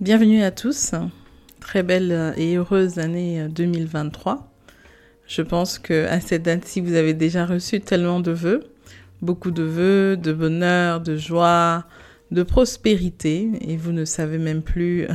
Bienvenue à tous, très belle et heureuse année 2023. Je pense qu'à cette date-ci, vous avez déjà reçu tellement de vœux, beaucoup de vœux, de bonheur, de joie, de prospérité, et vous ne savez même plus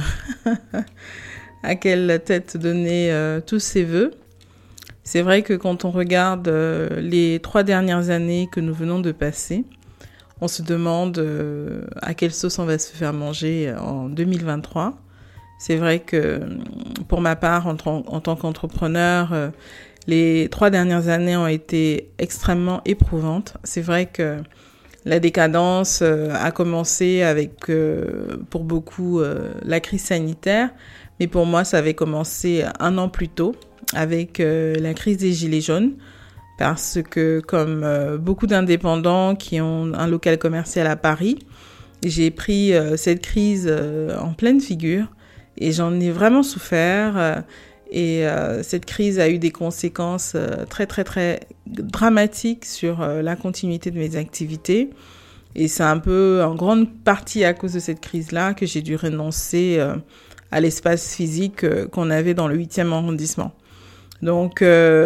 à quelle tête donner tous ces vœux. C'est vrai que quand on regarde les 3 dernières années que nous venons de passer, on se demande à quelle sauce on va se faire manger en 2023. C'est vrai que pour ma part, en tant qu'entrepreneur, les 3 dernières années ont été extrêmement éprouvantes. C'est vrai que la décadence a commencé avec, pour beaucoup, la crise sanitaire. Mais pour moi, ça avait commencé 1 an plus tôt avec la crise des Gilets jaunes. Parce que comme beaucoup d'indépendants qui ont un local commercial à Paris, j'ai pris cette crise en pleine figure et j'en ai vraiment souffert. Et cette crise a eu des conséquences très, très, très dramatiques sur la continuité de mes activités. Et c'est un peu en grande partie à cause de cette crise-là que j'ai dû renoncer à l'espace physique qu'on avait dans le 8e arrondissement. Donc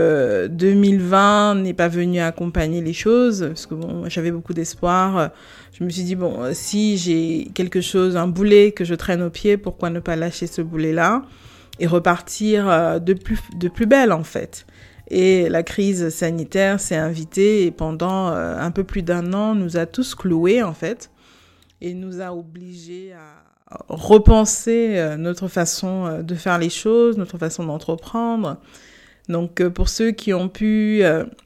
2020 n'est pas venu accompagner les choses parce que bon, j'avais beaucoup d'espoir. Je me suis dit bon, si j'ai quelque chose, un boulet que je traîne au pied, pourquoi ne pas lâcher ce boulet-là et repartir de plus belle en fait. Et la crise sanitaire s'est invitée et pendant un peu plus d'1 an nous a tous cloués en fait et nous a obligés à repenser notre façon de faire les choses, notre façon d'entreprendre. Donc, pour ceux qui ont pu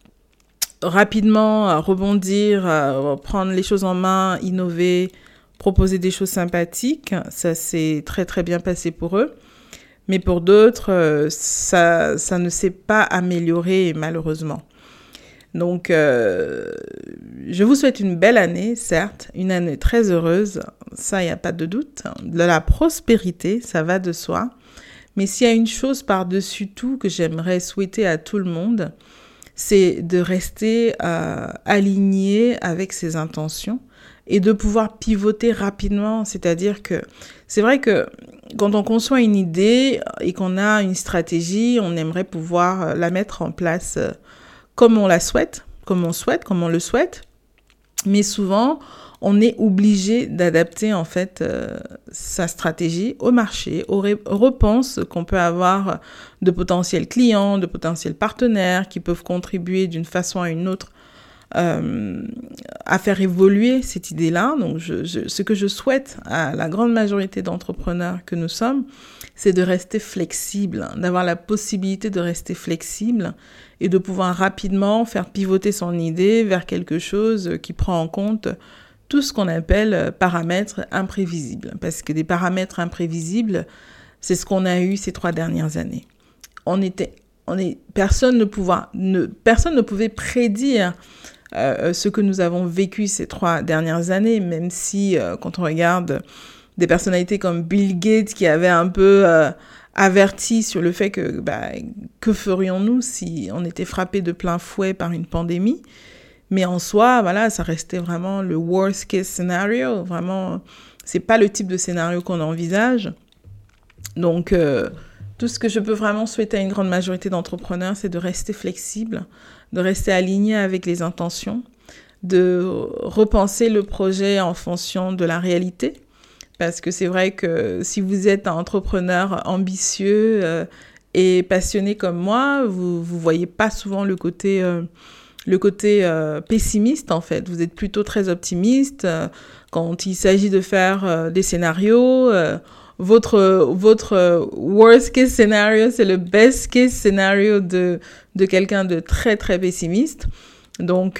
rapidement rebondir, prendre les choses en main, innover, proposer des choses sympathiques, ça s'est très très bien passé pour eux. Mais pour d'autres, ça ne s'est pas amélioré malheureusement. Donc, je vous souhaite une belle année, certes, une année très heureuse, ça, il n'y a pas de doute. De la prospérité, ça va de soi. Mais s'il y a une chose par-dessus tout que j'aimerais souhaiter à tout le monde, c'est de rester aligné avec ses intentions et de pouvoir pivoter rapidement. C'est-à-dire que c'est vrai que quand on conçoit une idée et qu'on a une stratégie, on aimerait pouvoir la mettre en place comme on la souhaite, comme on le souhaite. Mais souvent, on est obligé d'adapter en fait sa stratégie au marché, aux réponses qu'on peut avoir de potentiels clients, de potentiels partenaires qui peuvent contribuer d'une façon à une autre à faire évoluer cette idée-là. Donc, ce que je souhaite à la grande majorité d'entrepreneurs que nous sommes, c'est de rester flexible, d'avoir la possibilité de rester flexible et de pouvoir rapidement faire pivoter son idée vers quelque chose qui prend en compte tout ce qu'on appelle paramètres imprévisibles. Parce que des paramètres imprévisibles, c'est ce qu'on a eu ces 3 dernières années. Personne ne pouvait prédire ce que nous avons vécu ces 3 dernières années, même si quand on regarde des personnalités comme Bill Gates qui avaient un peu averti sur le fait que ferions-nous si on était frappé de plein fouet par une pandémie. Mais en soi, voilà, ça restait vraiment le worst case scenario. Vraiment, c'est pas le type de scénario qu'on envisage. Donc, tout ce que je peux vraiment souhaiter à une grande majorité d'entrepreneurs, c'est de rester flexible, de rester aligné avec les intentions, de repenser le projet en fonction de la réalité. Parce que c'est vrai que si vous êtes un entrepreneur ambitieux et passionné comme moi, vous voyez pas souvent le côté pessimiste en fait. Vous êtes plutôt très optimiste quand il s'agit de faire des scénarios. Votre worst case scenario, c'est le best case scenario de quelqu'un de très très pessimiste. Donc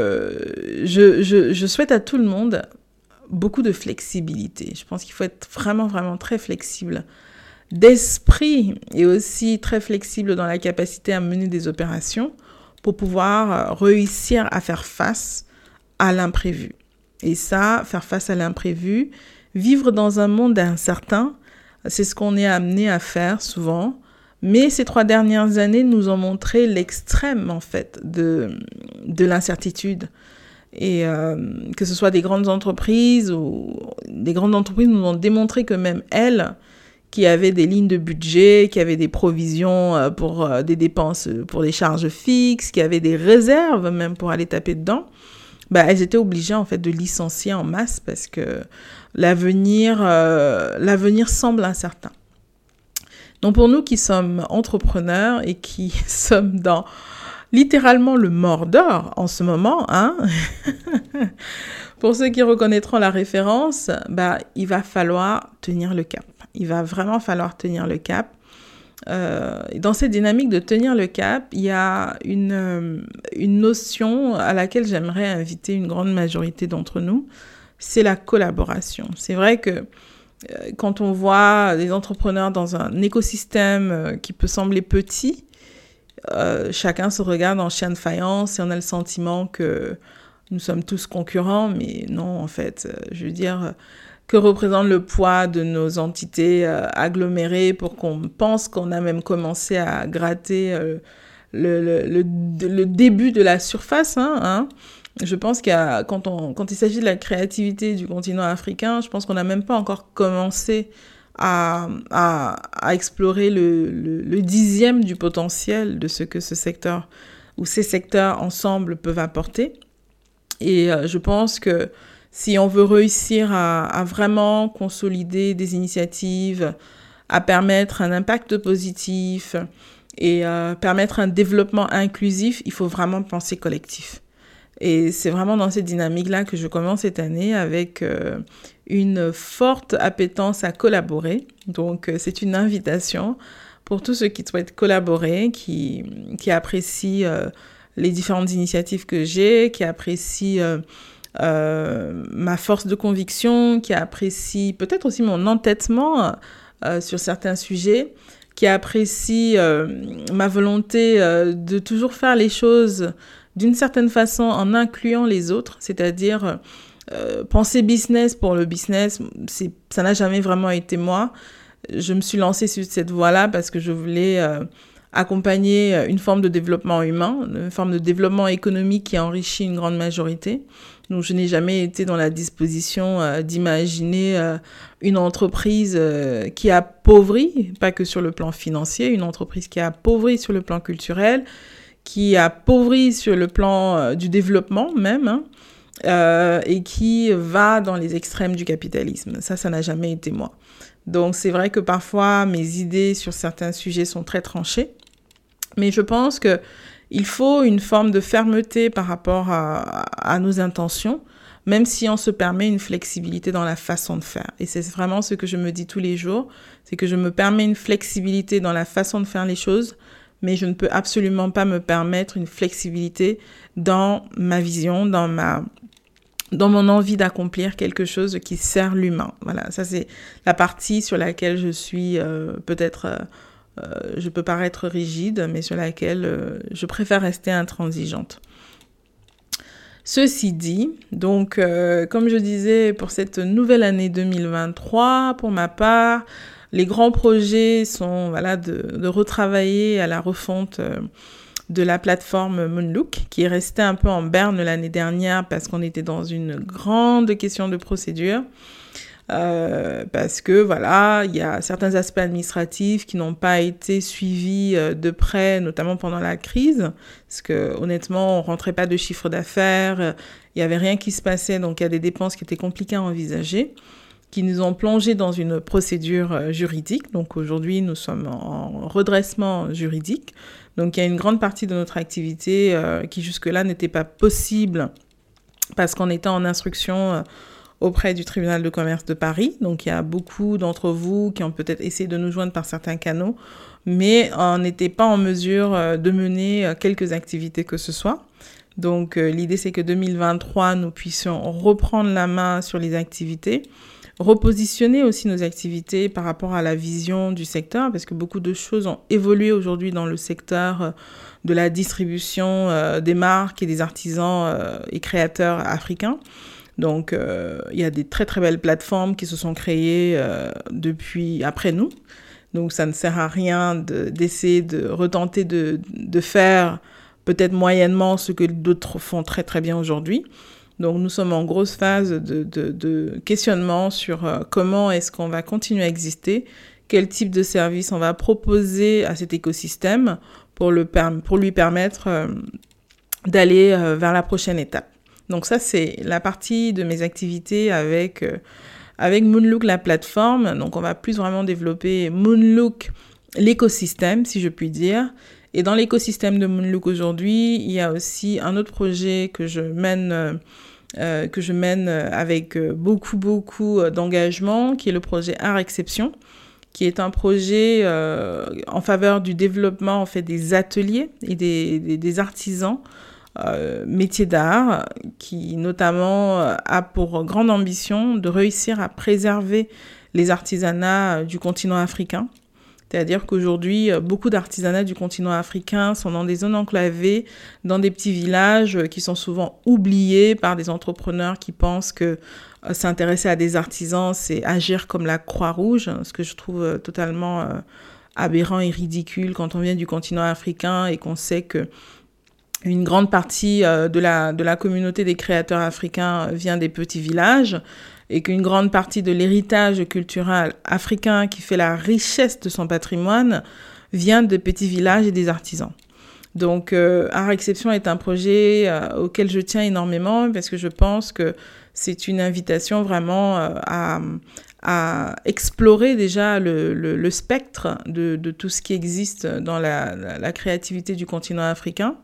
je souhaite à tout le monde beaucoup de flexibilité. Je pense qu'il faut être vraiment vraiment très flexible d'esprit et aussi très flexible dans la capacité à mener des opérations pour pouvoir réussir à faire face à l'imprévu. Et ça, faire face à l'imprévu, vivre dans un monde incertain, c'est ce qu'on est amené à faire souvent. Mais ces 3 dernières années nous ont montré l'extrême, en fait, de l'incertitude. Et que ce soit des grandes entreprises ou des grandes entreprises nous ont démontré que même elles, qui avaient des lignes de budget, qui avaient des provisions pour des dépenses, pour des charges fixes, qui avaient des réserves même pour aller taper dedans, elles étaient obligées en fait de licencier en masse parce que l'avenir semble incertain. Donc pour nous qui sommes entrepreneurs et qui sommes dans littéralement le Mordor en ce moment, pour ceux qui reconnaîtront la référence, il va falloir tenir le cap. Il va vraiment falloir tenir le cap. Dans cette dynamique de tenir le cap, il y a une notion à laquelle j'aimerais inviter une grande majorité d'entre nous, c'est la collaboration. C'est vrai que quand on voit des entrepreneurs dans un écosystème qui peut sembler petit, chacun se regarde en chien de faïence et on a le sentiment que nous sommes tous concurrents, mais non, en fait, je veux dire, que représente le poids de nos entités agglomérées pour qu'on pense qu'on a même commencé à gratter le début de la surface, Je pense quand il s'agit de la créativité du continent africain, je pense qu'on n'a même pas encore commencé à explorer le 10e du potentiel de ce que ce secteur ou ces secteurs ensemble peuvent apporter. Et je pense que si on veut réussir à vraiment consolider des initiatives, à permettre un impact positif et permettre un développement inclusif, il faut vraiment penser collectif. Et c'est vraiment dans cette dynamique-là que je commence cette année avec une forte appétence à collaborer. Donc, c'est une invitation pour tous ceux qui souhaitent collaborer, qui apprécient les différentes initiatives que j'ai, qui apprécient ma force de conviction, qui apprécient peut-être aussi mon entêtement sur certains sujets, qui apprécient ma volonté de toujours faire les choses d'une certaine façon en incluant les autres, c'est-à-dire penser business pour le business, ça n'a jamais vraiment été moi. Je me suis lancée sur cette voie-là parce que je voulais accompagner une forme de développement humain, une forme de développement économique qui enrichit une grande majorité. Donc je n'ai jamais été dans la disposition d'imaginer une entreprise qui appauvrit, pas que sur le plan financier, une entreprise qui appauvrit sur le plan culturel, qui appauvrit sur le plan du développement même, et qui va dans les extrêmes du capitalisme. Ça n'a jamais été moi. Donc c'est vrai que parfois mes idées sur certains sujets sont très tranchées, mais je pense qu'il faut une forme de fermeté par rapport à nos intentions, même si on se permet une flexibilité dans la façon de faire. Et c'est vraiment ce que je me dis tous les jours, c'est que je me permets une flexibilité dans la façon de faire les choses, mais je ne peux absolument pas me permettre une flexibilité dans ma vision, dans mon envie d'accomplir quelque chose qui sert l'humain. Voilà, ça c'est la partie sur laquelle je suis je peux paraître rigide, mais sur laquelle je préfère rester intransigeante. Ceci dit, donc comme je disais, pour cette nouvelle année 2023, pour ma part, les grands projets sont de retravailler à la refonte de la plateforme Moonlook, qui est restée un peu en berne l'année dernière parce qu'on était dans une grande question de procédure. Parce que il y a certains aspects administratifs qui n'ont pas été suivis de près, notamment pendant la crise, parce que honnêtement, on rentrait pas de chiffre d'affaires, il y avait rien qui se passait, donc il y a des dépenses qui étaient compliquées à envisager, qui nous ont plongé dans une procédure juridique. Donc aujourd'hui, nous sommes en redressement juridique. Donc il y a une grande partie de notre activité qui jusque-là n'était pas possible parce qu'on était en instruction auprès du tribunal de commerce de Paris. Donc il y a beaucoup d'entre vous qui ont peut-être essayé de nous joindre par certains canaux, mais on n'était pas en mesure de mener quelques activités que ce soit. Donc l'idée c'est que 2023, nous puissions reprendre la main sur les activités, repositionner aussi nos activités par rapport à la vision du secteur, parce que beaucoup de choses ont évolué aujourd'hui dans le secteur de la distribution des marques et des artisans et créateurs africains. Donc, il y a des très très belles plateformes qui se sont créées après nous. Donc, ça ne sert à rien d'essayer de retenter de faire peut-être moyennement ce que d'autres font très très bien aujourd'hui. Donc, nous sommes en grosse phase de questionnement sur comment est-ce qu'on va continuer à exister, quel type de service on va proposer à cet écosystème pour lui permettre d'aller vers la prochaine étape. Donc ça, c'est la partie de mes activités avec Moonlook, la plateforme. Donc, on va plus vraiment développer Moonlook, l'écosystème, si je puis dire. Et dans l'écosystème de Moonlook aujourd'hui, il y a aussi un autre projet que je mène avec beaucoup d'engagement, qui est le projet Art Exception, qui est un projet en faveur du développement en fait des ateliers et des artisans métiers d'art, qui notamment a pour grande ambition de réussir à préserver les artisanats du continent africain. C'est-à-dire qu'aujourd'hui, beaucoup d'artisanats du continent africain sont dans des zones enclavées, dans des petits villages qui sont souvent oubliés par des entrepreneurs qui pensent que s'intéresser à des artisans, c'est agir comme la Croix-Rouge, ce que je trouve totalement aberrant et ridicule quand on vient du continent africain et qu'on sait que une grande partie de la communauté des créateurs africains vient des petits villages et qu'une grande partie de l'héritage culturel africain qui fait la richesse de son patrimoine vient de petits villages et des artisans. Donc, Art Exception est un projet auquel je tiens énormément parce que je pense que c'est une invitation vraiment à explorer déjà le spectre de tout ce qui existe dans la créativité du continent africain.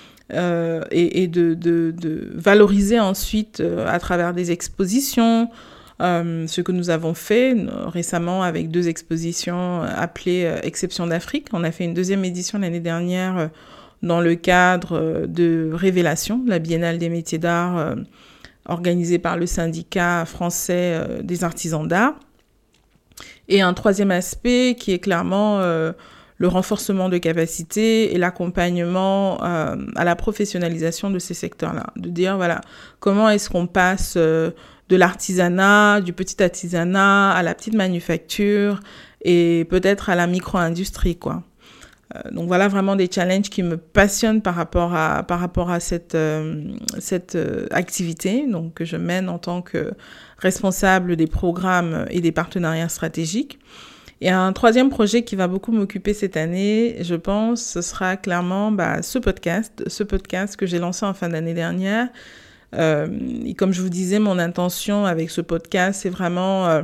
Et de valoriser ensuite à travers des expositions, ce que nous avons fait récemment avec 2 expositions appelées Exception d'Afrique. On a fait une 2e édition l'année dernière dans le cadre de Révélation, la Biennale des métiers d'art organisée par le syndicat français des artisans d'art. Et un 3e aspect qui est clairement le renforcement de capacités et l'accompagnement à la professionnalisation de ces secteurs-là. De dire, voilà, comment est-ce qu'on passe de l'artisanat, du petit artisanat à la petite manufacture et peut-être à la micro-industrie, quoi. Donc voilà vraiment des challenges qui me passionnent par rapport à cette activité, donc que je mène en tant que responsable des programmes et des partenariats stratégiques. Et un 3e projet qui va beaucoup m'occuper cette année, je pense, ce sera clairement ce podcast que j'ai lancé en fin d'année dernière. Et comme je vous disais, mon intention avec ce podcast, c'est vraiment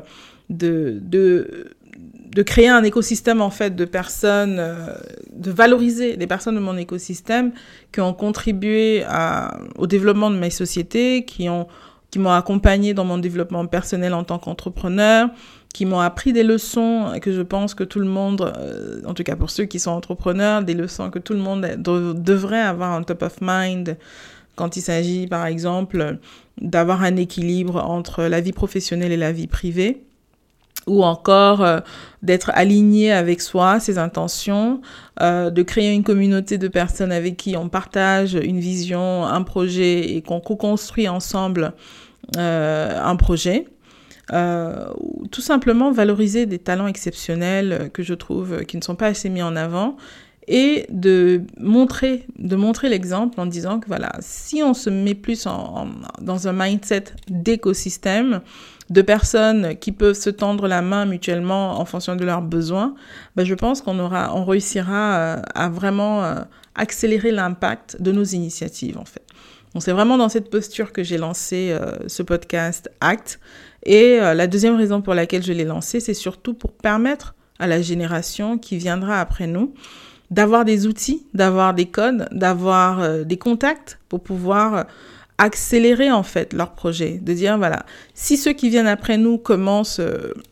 de créer un écosystème en fait de personnes, de valoriser les personnes de mon écosystème qui ont contribué au développement de mes sociétés, qui m'ont accompagné dans mon développement personnel en tant qu'entrepreneur, qui m'ont appris des leçons que je pense que tout le monde, en tout cas pour ceux qui sont entrepreneurs, des leçons que tout le monde devrait avoir en top of mind quand il s'agit, par exemple, d'avoir un équilibre entre la vie professionnelle et la vie privée, ou encore d'être aligné avec soi, ses intentions, de créer une communauté de personnes avec qui on partage une vision, un projet et qu'on co-construit ensemble un projet. Tout simplement valoriser des talents exceptionnels que je trouve qui ne sont pas assez mis en avant et de montrer l'exemple en disant que voilà, si on se met plus dans un mindset d'écosystème, de personnes qui peuvent se tendre la main mutuellement en fonction de leurs besoins, je pense on réussira à vraiment accélérer l'impact de nos initiatives en fait. Donc c'est vraiment dans cette posture que j'ai lancé ce podcast ACT. Et la 2e raison pour laquelle je l'ai lancé, c'est surtout pour permettre à la génération qui viendra après nous d'avoir des outils, d'avoir des codes, d'avoir des contacts pour pouvoir accélérer en fait leur projet. De dire voilà, si ceux qui viennent après nous commencent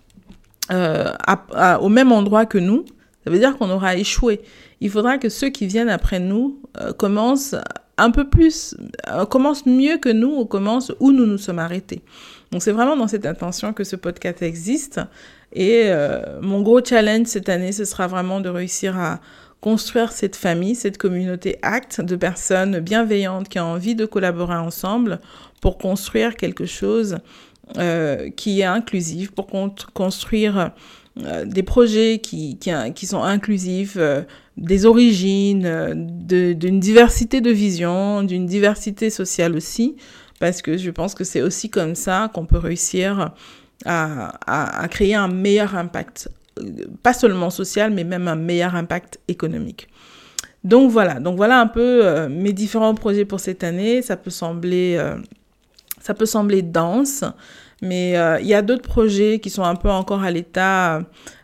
au même endroit que nous, ça veut dire qu'on aura échoué. Il faudra que ceux qui viennent après nous commencent un peu plus, commencent mieux que nous ou commencent où nous nous sommes arrêtés. Donc c'est vraiment dans cette intention que ce podcast existe. Et mon gros challenge cette année, ce sera vraiment de réussir à construire cette famille, cette communauté ACT de personnes bienveillantes qui ont envie de collaborer ensemble pour construire quelque chose qui est inclusif, pour construire des projets qui sont inclusifs, des origines, d'une diversité de vision, d'une diversité sociale aussi, parce que je pense que c'est aussi comme ça qu'on peut réussir à créer un meilleur impact, pas seulement social, mais même un meilleur impact économique. Donc voilà un peu mes différents projets pour cette année. Ça peut sembler dense, mais il y a d'autres projets qui sont un peu encore à l'état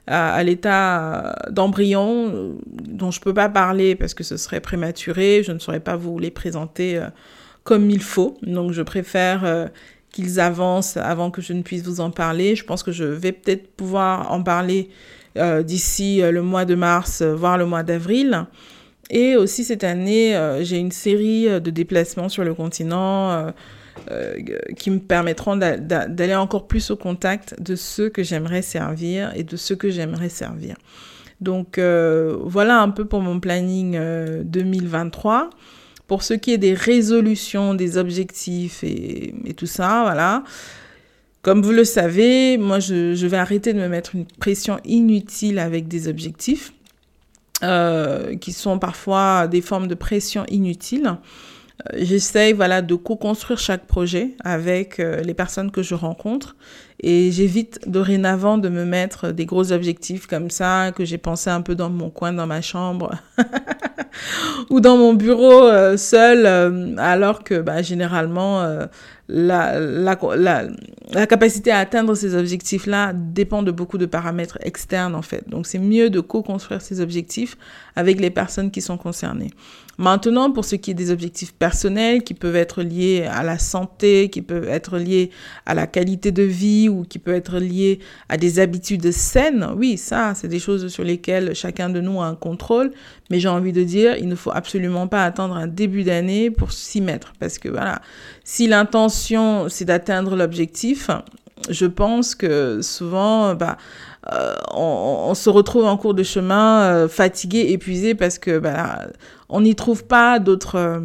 d'embryon, dont je peux pas parler parce que ce serait prématuré. Je ne saurais pas vous les présenter comme il faut. Donc je préfère qu'ils avancent avant que je ne puisse vous en parler. Je pense que je vais peut-être pouvoir en parler d'ici le mois de mars, voire le mois d'avril. Et aussi cette année, j'ai une série de déplacements sur le continent qui me permettront d'aller encore plus au contact de ceux que j'aimerais servir et de ceux que j'aimerais servir. Donc voilà un peu pour mon planning 2023. Pour ce qui est des résolutions, des objectifs et tout ça, voilà. Comme vous le savez, moi je vais arrêter de me mettre une pression inutile avec des objectifs. Qui sont parfois des formes de pression inutiles. J'essaye de co-construire chaque projet avec les personnes que je rencontre et j'évite dorénavant de me mettre des gros objectifs comme ça que j'ai pensé un peu dans mon coin, dans ma chambre ou dans mon bureau seul, alors que généralement la capacité à atteindre ces objectifs-là dépend de beaucoup de paramètres externes en fait. Donc c'est mieux de co-construire ces objectifs avec les personnes qui sont concernées. Maintenant, pour ce qui est des objectifs personnels qui peuvent être liés à la santé, qui peuvent être liés à la qualité de vie ou qui peuvent être liés à des habitudes saines, oui, ça, c'est des choses sur lesquelles chacun de nous a un contrôle. Mais j'ai envie de dire, il ne faut absolument pas attendre un début d'année pour s'y mettre. Parce que voilà, si l'intention, c'est d'atteindre l'objectif, je pense que souvent, on se retrouve en cours de chemin fatigué, épuisé parce que on n'y trouve pas d'autres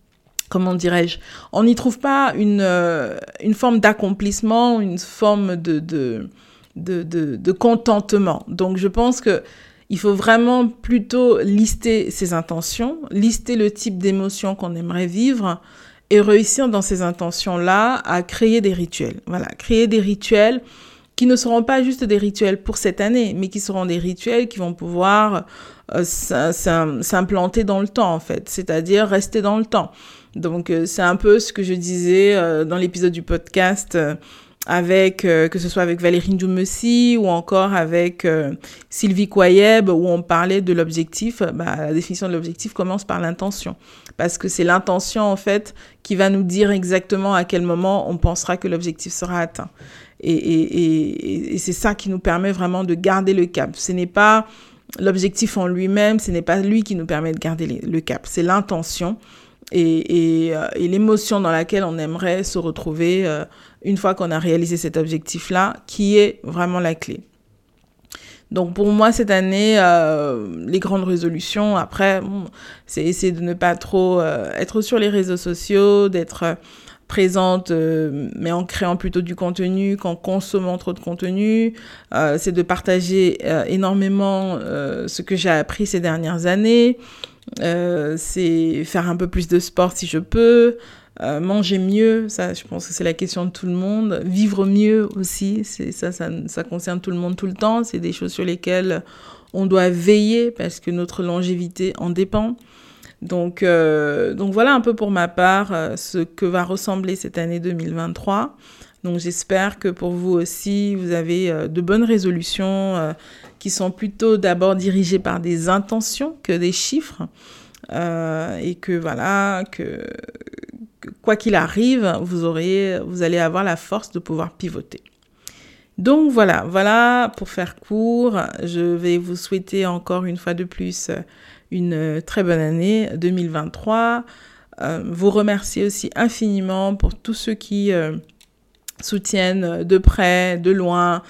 on n'y trouve pas une forme d'accomplissement, une forme de contentement. Donc je pense que il faut vraiment plutôt lister ses intentions, lister le type d'émotion qu'on aimerait vivre et réussir dans ces intentions-là à créer des rituels. Voilà, créer des rituels qui ne seront pas juste des rituels pour cette année, mais qui seront des rituels qui vont pouvoir s'implanter dans le temps, en fait, c'est-à-dire rester dans le temps. Donc, c'est un peu ce que je disais dans l'épisode du podcast avec, que ce soit avec Valérie Ndjoumessi ou encore avec Sylvie Kouayeb, où on parlait de l'objectif. La définition de l'objectif commence par l'intention. Parce que c'est l'intention, en fait, qui va nous dire exactement à quel moment on pensera que l'objectif sera atteint. Et c'est ça qui nous permet vraiment de garder le cap. Ce n'est pas l'objectif en lui-même, ce n'est pas lui qui nous permet de garder le cap. C'est l'intention et l'émotion dans laquelle on aimerait se retrouver une fois qu'on a réalisé cet objectif-là, qui est vraiment la clé. Donc pour moi cette année, les grandes résolutions, après, c'est essayer de ne pas trop être sur les réseaux sociaux, d'être présente, mais en créant plutôt du contenu qu'en consommant trop de contenu. C'est de partager énormément ce que j'ai appris ces dernières années. C'est faire un peu plus de sport si je peux. Manger mieux, ça je pense que c'est la question de tout le monde. Vivre mieux aussi, ça concerne tout le monde tout le temps. C'est des choses sur lesquelles on doit veiller parce que notre longévité en dépend. Donc voilà un peu pour ma part ce que va ressembler cette année 2023. Donc j'espère que pour vous aussi, vous avez de bonnes résolutions qui sont plutôt d'abord dirigées par des intentions que des chiffres. Et que voilà, que quoi qu'il arrive, vous allez avoir la force de pouvoir pivoter. Donc voilà pour faire court, je vais vous souhaiter encore une fois de plus une très bonne année 2023. Vous remercier aussi infiniment pour tous ceux qui soutiennent de près, de loin,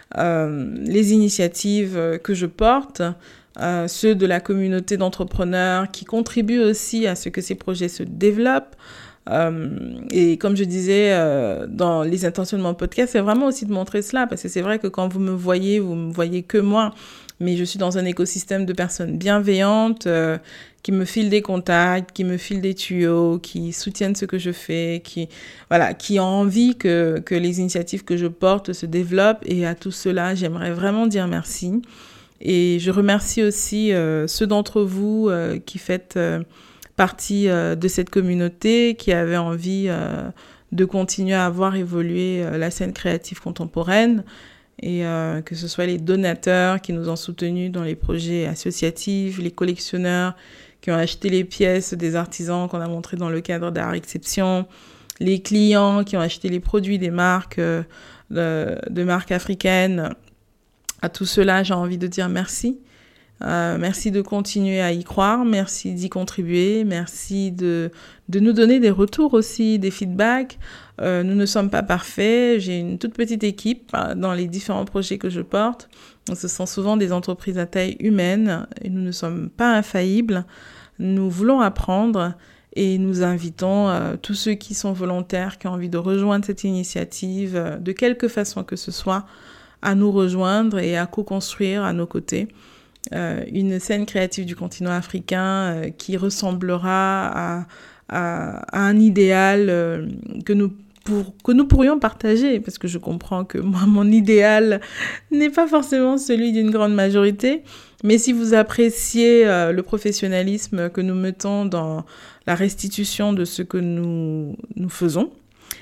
les initiatives que je porte, ceux de la communauté d'entrepreneurs qui contribuent aussi à ce que ces projets se développent. Et comme je disais dans les intentions de mon podcast, c'est vraiment aussi de montrer cela, parce que c'est vrai que quand vous me voyez que moi, mais je suis dans un écosystème de personnes bienveillantes qui me filent des contacts, qui me filent des tuyaux, qui soutiennent ce que je fais, qui ont envie que les initiatives que je porte se développent. Et à tout cela, j'aimerais vraiment dire merci. Et je remercie aussi ceux d'entre vous qui faites partie de cette communauté, qui avaient envie de continuer à voir évoluer la scène créative contemporaine, et que ce soit les donateurs qui nous ont soutenus dans les projets associatifs, les collectionneurs qui ont acheté les pièces des artisans qu'on a montrés dans le cadre d'Art Exception, les clients qui ont acheté les produits des marques, de marques africaines. À tout cela, j'ai envie de dire merci. Merci de continuer à y croire, merci d'y contribuer, merci de nous donner des retours aussi, des feedbacks. Nous ne sommes pas parfaits, j'ai une toute petite équipe dans les différents projets que je porte. Donc, ce sont souvent des entreprises à taille humaine et nous ne sommes pas infaillibles. Nous voulons apprendre et nous invitons tous ceux qui sont volontaires, qui ont envie de rejoindre cette initiative, de quelque façon que ce soit, à nous rejoindre et à co-construire à nos côtés une scène créative du continent africain qui ressemblera à un idéal que nous pourrions partager, parce que je comprends que moi, mon idéal n'est pas forcément celui d'une grande majorité, mais si vous appréciez le professionnalisme que nous mettons dans la restitution de ce que nous faisons,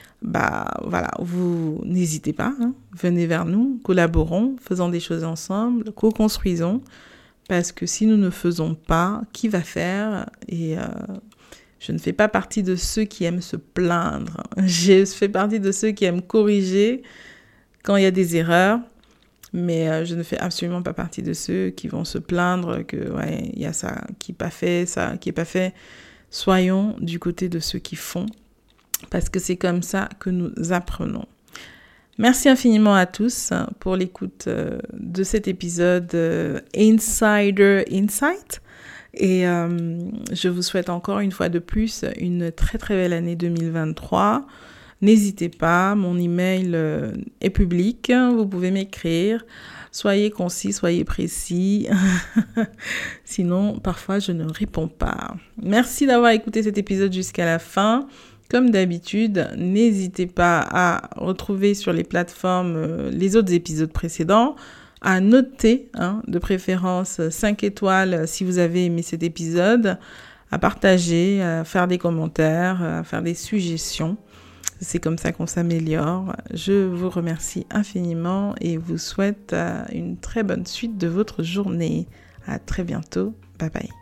vous n'hésitez pas, venez vers nous, collaborons, faisons des choses ensemble, co-construisons, parce que si nous ne faisons pas, qui va faire? Et je ne fais pas partie de ceux qui aiment se plaindre, je fais partie de ceux qui aiment corriger quand il y a des erreurs, mais je ne fais absolument pas partie de ceux qui vont se plaindre que il y a ça qui n'est pas fait, ça qui n'est pas fait. Soyons du côté de ceux qui font, parce que c'est comme ça que nous apprenons. Merci infiniment à tous pour l'écoute de cet épisode Insider Insight. Et je vous souhaite encore une fois de plus une très très belle année 2023. N'hésitez pas, mon email est public, vous pouvez m'écrire. Soyez concis, soyez précis. Sinon, parfois, je ne réponds pas. Merci d'avoir écouté cet épisode jusqu'à la fin. Comme d'habitude, n'hésitez pas à retrouver sur les plateformes les autres épisodes précédents, à noter, de préférence 5 étoiles si vous avez aimé cet épisode, à partager, à faire des commentaires, à faire des suggestions. C'est comme ça qu'on s'améliore. Je vous remercie infiniment et vous souhaite une très bonne suite de votre journée. À très bientôt. Bye bye.